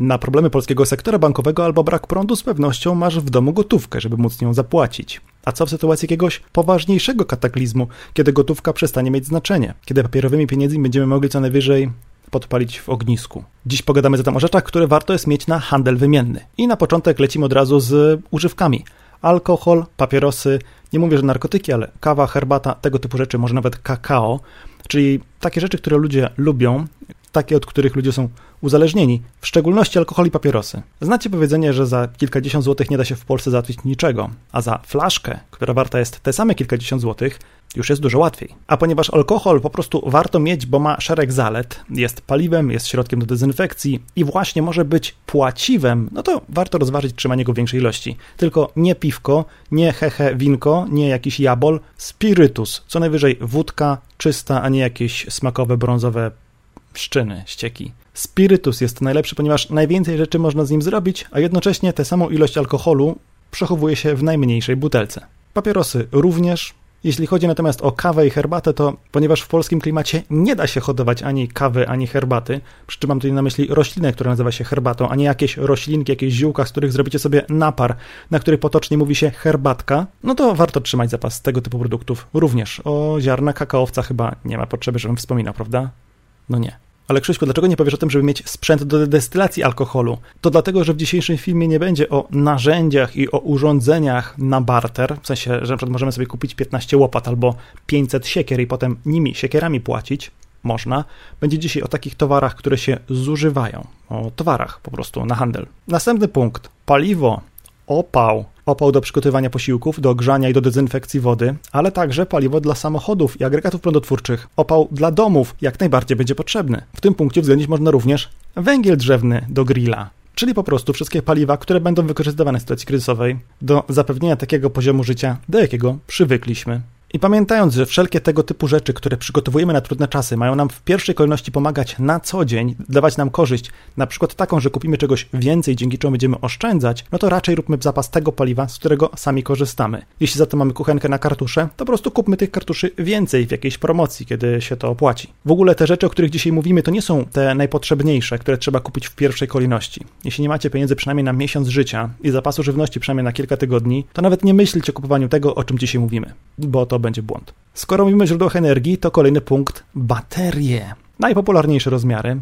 Na problemy polskiego sektora bankowego albo brak prądu z pewnością masz w domu gotówkę, żeby móc nią zapłacić. A co w sytuacji jakiegoś poważniejszego kataklizmu, kiedy gotówka przestanie mieć znaczenie, kiedy papierowymi pieniędzmi będziemy mogli co najwyżej podpalić w ognisku. Dziś pogadamy zatem o rzeczach, które warto jest mieć na handel wymienny. I na początek lecimy od razu z używkami. Alkohol, papierosy, nie mówię, że narkotyki, ale kawa, herbata, tego typu rzeczy, może nawet kakao, czyli takie rzeczy, które ludzie lubią, takie, od których ludzie są uzależnieni, w szczególności alkohol i papierosy. Znacie powiedzenie, że za kilkadziesiąt złotych nie da się w Polsce załatwić niczego, a za flaszkę, która warta jest te same kilkadziesiąt złotych, już jest dużo łatwiej. A ponieważ alkohol po prostu warto mieć, bo ma szereg zalet, jest paliwem, jest środkiem do dezynfekcji i właśnie może być płaciwem, no to warto rozważyć trzymanie go w większej ilości. Tylko nie piwko, nie winko, nie jakiś jabol, spirytus, co najwyżej wódka czysta, a nie jakieś smakowe, brązowe szczyny, ścieki. Spirytus jest najlepszy, ponieważ najwięcej rzeczy można z nim zrobić, a jednocześnie tę samą ilość alkoholu przechowuje się w najmniejszej butelce. Papierosy również. Jeśli chodzi natomiast o kawę i herbatę, to ponieważ w polskim klimacie nie da się hodować ani kawy, ani herbaty, przy czym mam tutaj na myśli roślinę, która nazywa się herbatą, a nie jakieś roślinki, jakieś ziółka, z których zrobicie sobie napar, na który potocznie mówi się herbatka, no to warto trzymać zapas tego typu produktów również. O ziarna kakaowca chyba nie ma potrzeby, żebym wspominał, prawda? No nie. Ale Krzyśku, dlaczego nie powiesz o tym, żeby mieć sprzęt do destylacji alkoholu? To dlatego, że w dzisiejszym filmie nie będzie o narzędziach i o urządzeniach na barter, w sensie, że na przykład możemy sobie kupić 15 łopat albo 500 siekier i potem nimi, siekierami płacić. Można. Będzie dzisiaj o takich towarach, które się zużywają. O towarach po prostu na handel. Następny punkt. Paliwo. Opał. Opał do przygotowywania posiłków, do grzania i do dezynfekcji wody, ale także paliwo dla samochodów i agregatów prądotwórczych. Opał dla domów jak najbardziej będzie potrzebny. W tym punkcie uwzględnić można również węgiel drzewny do grilla, czyli po prostu wszystkie paliwa, które będą wykorzystywane w sytuacji kryzysowej do zapewnienia takiego poziomu życia, do jakiego przywykliśmy. I pamiętając, że wszelkie tego typu rzeczy, które przygotowujemy na trudne czasy, mają nam w pierwszej kolejności pomagać na co dzień, dawać nam korzyść, na przykład taką, że kupimy czegoś więcej, dzięki czemu będziemy oszczędzać, no to raczej róbmy zapas tego paliwa, z którego sami korzystamy. Jeśli za to mamy kuchenkę na kartusze, to po prostu kupmy tych kartuszy więcej w jakiejś promocji, kiedy się to opłaci. W ogóle te rzeczy, o których dzisiaj mówimy, to nie są te najpotrzebniejsze, które trzeba kupić w pierwszej kolejności. Jeśli nie macie pieniędzy przynajmniej na miesiąc życia i zapasu żywności przynajmniej na kilka tygodni, to nawet nie myślcie o kupowaniu tego, o czym dzisiaj mówimy, bo to będzie błąd. Skoro mówimy o źródłach energii, to kolejny punkt – baterie. Najpopularniejsze rozmiary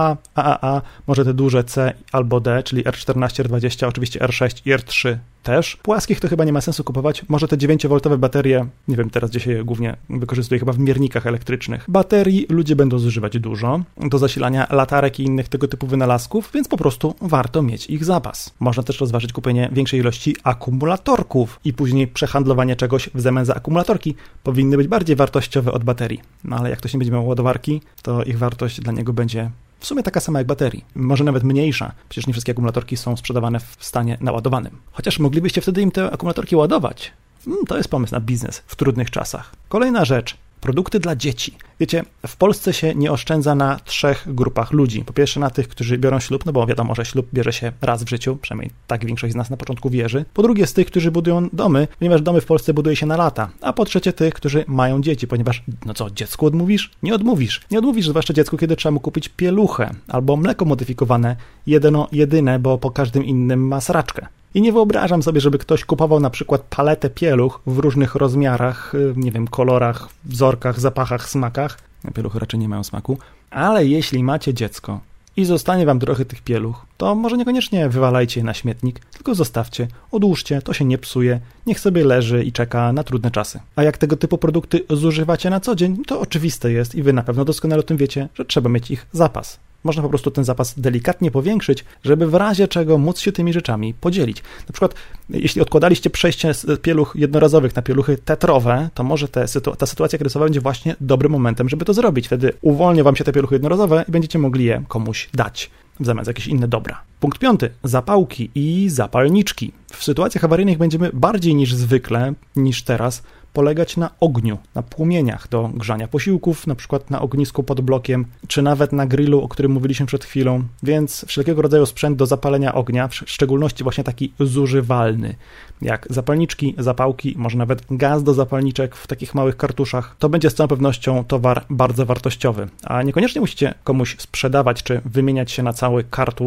AA, może te duże C albo D, czyli R14, R20, oczywiście R6 i R3 też. Płaskich to chyba nie ma sensu kupować. Może te 9V baterie, nie wiem teraz gdzie się je głównie wykorzystuje, chyba w miernikach elektrycznych. Baterii ludzie będą zużywać dużo do zasilania latarek i innych tego typu wynalazków, więc po prostu warto mieć ich zapas. Można też rozważyć kupienie większej ilości akumulatorków i później przehandlowanie czegoś w zamian za akumulatorki powinny być bardziej wartościowe od baterii. No ale jak ktoś nie będzie miał ładowarki, to ich wartość dla niego będzie w sumie taka sama jak baterii. Może nawet mniejsza. Przecież nie wszystkie akumulatorki są sprzedawane w stanie naładowanym. Chociaż moglibyście wtedy im te akumulatorki ładować. To jest pomysł na biznes w trudnych czasach. Kolejna rzecz. Produkty dla dzieci. Wiecie, w Polsce się nie oszczędza na 3 grupach ludzi. Po pierwsze na tych, którzy biorą ślub, no bo wiadomo, że ślub bierze się raz w życiu, przynajmniej tak większość z nas na początku wierzy. Po drugie z tych, którzy budują domy, ponieważ domy w Polsce buduje się na lata. A po trzecie tych, którzy mają dzieci, ponieważ, no co, dziecku odmówisz? Nie odmówisz. Nie odmówisz, zwłaszcza dziecku, kiedy trzeba mu kupić pieluchę albo mleko modyfikowane, jedyne, bo po każdym innym ma sraczkę. I nie wyobrażam sobie, żeby ktoś kupował na przykład paletę pieluch w różnych rozmiarach, nie wiem, kolorach, wzorkach, zapachach, smakach. Pieluchy raczej nie mają smaku. Ale jeśli macie dziecko i zostanie wam trochę tych pieluch, to może niekoniecznie wywalajcie je na śmietnik, tylko zostawcie, odłóżcie, to się nie psuje, niech sobie leży i czeka na trudne czasy. A jak tego typu produkty zużywacie na co dzień, to oczywiste jest i wy na pewno doskonale o tym wiecie, że trzeba mieć ich zapas. Można po prostu ten zapas delikatnie powiększyć, żeby w razie czego móc się tymi rzeczami podzielić. Na przykład, jeśli odkładaliście przejście z pieluch jednorazowych na pieluchy tetrowe, to może ta sytuacja kryzysowa będzie właśnie dobrym momentem, żeby to zrobić. Wtedy uwolnią wam się te pieluchy jednorazowe i będziecie mogli je komuś dać w zamian za jakieś inne dobra. Punkt 5. Zapałki i zapalniczki. W sytuacjach awaryjnych będziemy bardziej niż zwykle, niż teraz, polegać na ogniu, na płomieniach do grzania posiłków, na przykład na ognisku pod blokiem, czy nawet na grillu, o którym mówiliśmy przed chwilą, więc wszelkiego rodzaju sprzęt do zapalenia ognia, w szczególności właśnie taki zużywalny, jak zapalniczki, zapałki, może nawet gaz do zapalniczek w takich małych kartuszach, to będzie z całą pewnością towar bardzo wartościowy, a niekoniecznie musicie komuś sprzedawać, czy wymieniać się na cały kartusz,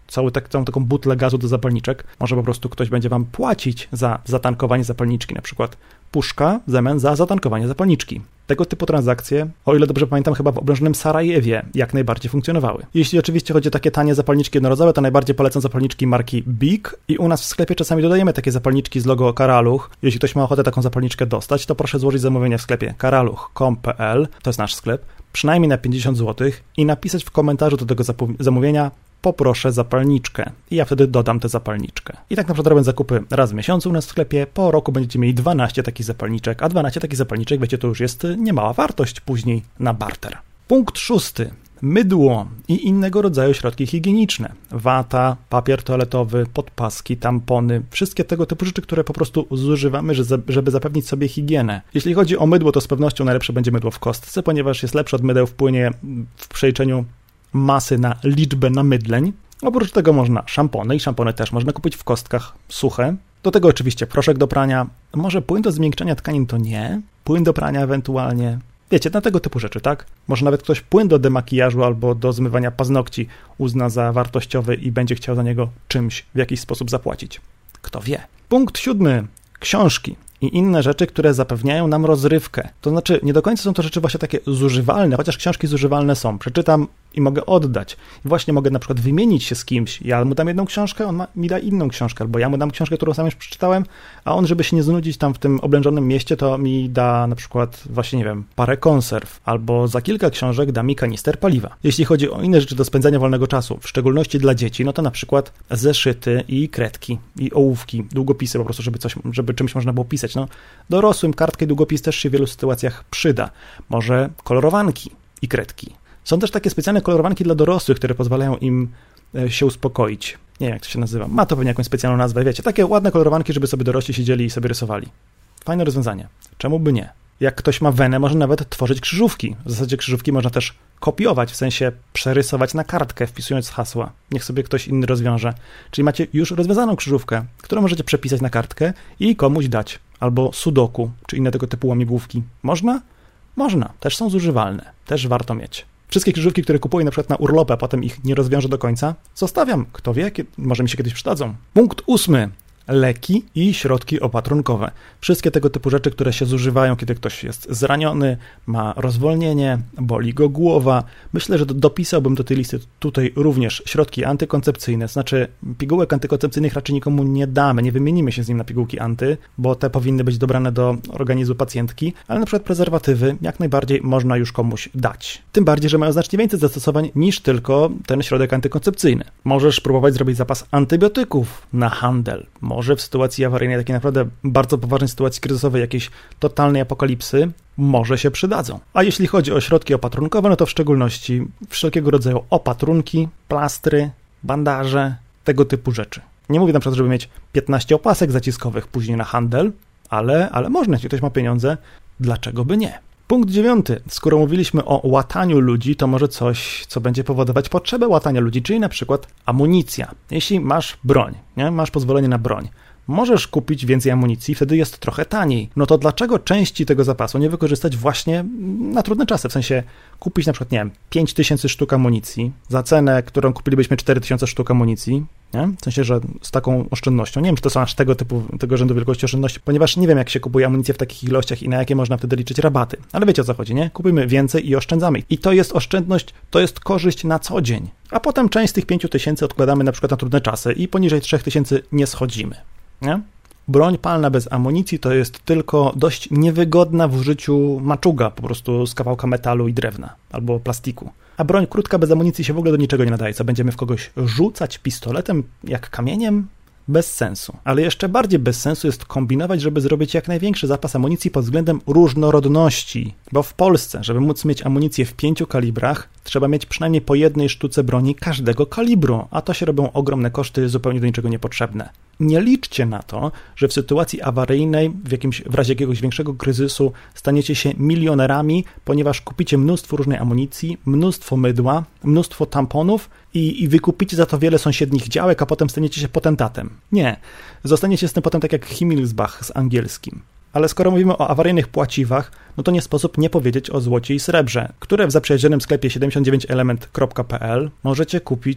całą taką butlę gazu do zapalniczek. Może po prostu ktoś będzie wam płacić za zatankowanie zapalniczki, na przykład puszka w zamian za zatankowanie zapalniczki. Tego typu transakcje, o ile dobrze pamiętam, chyba w oblężonym Sarajewie jak najbardziej funkcjonowały. Jeśli oczywiście chodzi o takie tanie zapalniczki jednorazowe, to najbardziej polecam zapalniczki marki Big i u nas w sklepie czasami dodajemy takie zapalniczki z logo Karaluch. Jeśli ktoś ma ochotę taką zapalniczkę dostać, to proszę złożyć zamówienie w sklepie karaluch.com.pl, to jest nasz sklep, przynajmniej na 50 zł i napisać w komentarzu do tego zamówienia: poproszę zapalniczkę. I ja wtedy dodam tę zapalniczkę. I tak na przykład robiąc zakupy raz w miesiącu u nas w sklepie, po roku będziecie mieli 12 takich zapalniczek, a 12 takich zapalniczek, wiecie, to już jest niemała wartość później na barter. Punkt 6. Mydło i innego rodzaju środki higieniczne. Wata, papier toaletowy, podpaski, tampony, wszystkie tego typu rzeczy, które po prostu zużywamy, żeby zapewnić sobie higienę. Jeśli chodzi o mydło, to z pewnością najlepsze będzie mydło w kostce, ponieważ jest lepsze od mydeł, wpłynie w przeliczeniu masy na liczbę namydleń. Oprócz tego można szampony i szampony też można kupić w kostkach suche. Do tego oczywiście proszek do prania, może płyn do zmiękczenia tkanin to nie, płyn do prania ewentualnie. Wiecie, na tego typu rzeczy, tak? Może nawet ktoś płyn do demakijażu albo do zmywania paznokci uzna za wartościowy i będzie chciał za niego czymś w jakiś sposób zapłacić. Kto wie. Punkt 7. Książki i inne rzeczy, które zapewniają nam rozrywkę. To znaczy, nie do końca są to rzeczy właśnie takie zużywalne, chociaż książki zużywalne są. Przeczytam i mogę oddać. I właśnie mogę na przykład wymienić się z kimś. Ja mu dam jedną książkę, on mi da inną książkę, albo ja mu dam książkę, którą sam już przeczytałem, a on, żeby się nie znudzić tam w tym oblężonym mieście, to mi da na przykład właśnie, nie wiem, parę konserw, albo za kilka książek da mi kanister paliwa. Jeśli chodzi o inne rzeczy do spędzania wolnego czasu, w szczególności dla dzieci, no to na przykład zeszyty i kredki, i ołówki, długopisy po prostu, żeby czymś można było pisać. No, dorosłym kartkę i długopis też się w wielu sytuacjach przyda. Może kolorowanki i kredki. Są też takie specjalne kolorowanki dla dorosłych, które pozwalają im się uspokoić. Nie wiem, jak to się nazywa. Ma to pewnie jakąś specjalną nazwę, wiecie. Takie ładne kolorowanki, żeby sobie dorośli siedzieli i sobie rysowali. Fajne rozwiązanie. Czemu by nie? Jak ktoś ma wenę, może nawet tworzyć krzyżówki. W zasadzie krzyżówki można też kopiować, w sensie przerysować na kartkę, wpisując hasła. Niech sobie ktoś inny rozwiąże. Czyli macie już rozwiązaną krzyżówkę, którą możecie przepisać na kartkę i komuś dać. Albo sudoku, czy inne tego typu łamigłówki. Można? Można. Też są zużywalne. Też warto mieć. Wszystkie krzyżówki, które kupuję na przykład na urlopy, a potem ich nie rozwiążę do końca, zostawiam. Kto wie, może mi się kiedyś przydadzą. Punkt 8. Leki i środki opatrunkowe. Wszystkie tego typu rzeczy, które się zużywają, kiedy ktoś jest zraniony, ma rozwolnienie, boli go głowa. Myślę, że dopisałbym do tej listy tutaj również środki antykoncepcyjne, znaczy pigułek antykoncepcyjnych raczej nikomu nie damy, nie wymienimy się z nim na pigułki anty, bo te powinny być dobrane do organizmu pacjentki, ale na przykład prezerwatywy jak najbardziej można już komuś dać. Tym bardziej, że mają znacznie więcej zastosowań niż tylko ten środek antykoncepcyjny. Możesz próbować zrobić zapas antybiotyków na handel. Może w sytuacji awaryjnej, takiej naprawdę bardzo poważnej sytuacji kryzysowej, jakiejś totalnej apokalipsy, może się przydadzą. A jeśli chodzi o środki opatrunkowe, no to w szczególności wszelkiego rodzaju opatrunki, plastry, bandaże, tego typu rzeczy. Nie mówię na przykład, żeby mieć 15 opasek zaciskowych później na handel, ale można, jeśli ktoś ma pieniądze, dlaczego by nie? Punkt 9. Skoro mówiliśmy o łataniu ludzi, to może coś, co będzie powodować potrzebę łatania ludzi, czyli na przykład amunicja. Jeśli masz broń, nie? Masz pozwolenie na broń, możesz kupić więcej amunicji, wtedy jest trochę taniej. No to dlaczego części tego zapasu nie wykorzystać właśnie na trudne czasy? W sensie kupić na przykład, nie wiem, 5000 sztuk amunicji za cenę, którą kupilibyśmy 4000 sztuk amunicji, nie? W sensie, że z taką oszczędnością. Nie wiem, czy to są aż tego rzędu wielkości oszczędności, ponieważ nie wiem, jak się kupuje amunicję w takich ilościach i na jakie można wtedy liczyć rabaty. Ale wiecie, o co chodzi, nie? Kupujmy więcej i oszczędzamy. I to jest oszczędność, to jest korzyść na co dzień. A potem część z tych 5000 odkładamy na przykład na trudne czasy i poniżej 3000 nie schodzimy. Nie? Broń palna bez amunicji to jest tylko dość niewygodna w użyciu maczuga, po prostu z kawałka metalu i drewna albo plastiku. A broń krótka bez amunicji się w ogóle do niczego nie nadaje. Co, będziemy w kogoś rzucać pistoletem jak kamieniem? Bez sensu. Ale jeszcze bardziej bez sensu jest kombinować, żeby zrobić jak największy zapas amunicji pod względem różnorodności. Bo w Polsce, żeby móc mieć amunicję w 5 kalibrach, trzeba mieć przynajmniej po jednej sztuce broni każdego kalibru, a to się robią ogromne koszty, zupełnie do niczego niepotrzebne. Nie liczcie na to, że w sytuacji awaryjnej, w razie jakiegoś większego kryzysu, staniecie się milionerami, ponieważ kupicie mnóstwo różnej amunicji, mnóstwo mydła, mnóstwo tamponów i wykupicie za to wiele sąsiednich działek, a potem staniecie się potentatem. Nie. Zostaniecie z tym potem tak jak Himmelsbach z angielskim. Ale skoro mówimy o awaryjnych płaciwach, no to nie sposób nie powiedzieć o złocie i srebrze, które w zaprzyjaźnionym sklepie 79element.pl możecie kupić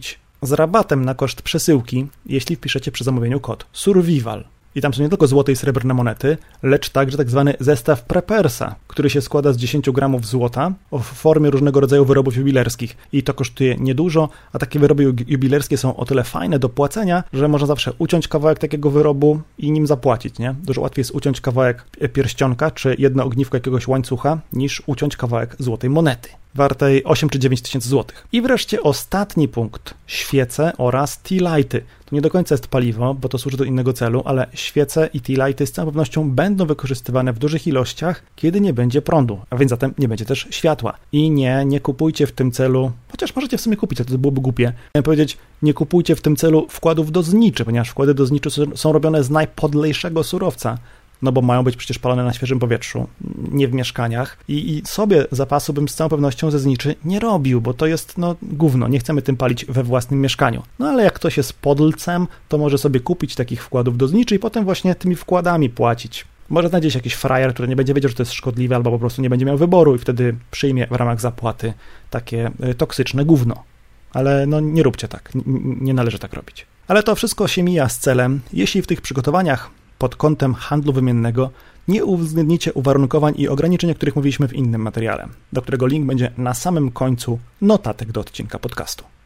z rabatem na koszt przesyłki, jeśli wpiszecie przy zamówieniu kod SURVIVAL. I tam są nie tylko złote i srebrne monety, lecz także tak zwany zestaw Preppersa, który się składa z 10 gramów złota w formie różnego rodzaju wyrobów jubilerskich. I to kosztuje niedużo, a takie wyroby jubilerskie są o tyle fajne do płacenia, że można zawsze uciąć kawałek takiego wyrobu i nim zapłacić, nie? Dużo łatwiej jest uciąć kawałek pierścionka czy jedno ogniwko jakiegoś łańcucha, niż uciąć kawałek złotej monety wartej 8 czy 9 tysięcy złotych. I wreszcie ostatni punkt. Świece oraz tea-lighty. To nie do końca jest paliwo, bo to służy do innego celu, ale świece i tea-lighty z całą pewnością będą wykorzystywane w dużych ilościach, kiedy nie będzie prądu, a więc zatem nie będzie też światła. I nie kupujcie w tym celu, chociaż możecie w sumie kupić, to byłoby głupie. Chciałem powiedzieć, nie kupujcie w tym celu wkładów do zniczy, ponieważ wkłady do zniczy są robione z najpodlejszego surowca, no bo mają być przecież palone na świeżym powietrzu, nie w mieszkaniach. I sobie zapasu bym z całą pewnością ze zniczy nie robił, bo to jest, gówno, nie chcemy tym palić we własnym mieszkaniu. No ale jak ktoś jest podlcem, to może sobie kupić takich wkładów do zniczy i potem właśnie tymi wkładami płacić. Może znajdzie się jakiś frajer, który nie będzie wiedział, że to jest szkodliwe, albo po prostu nie będzie miał wyboru i wtedy przyjmie w ramach zapłaty takie toksyczne gówno. Ale nie róbcie tak, nie należy tak robić. Ale to wszystko się mija z celem, jeśli w tych przygotowaniach pod kątem handlu wymiennego nie uwzględnicie uwarunkowań i ograniczeń, o których mówiliśmy w innym materiale, do którego link będzie na samym końcu notatek do odcinka podcastu.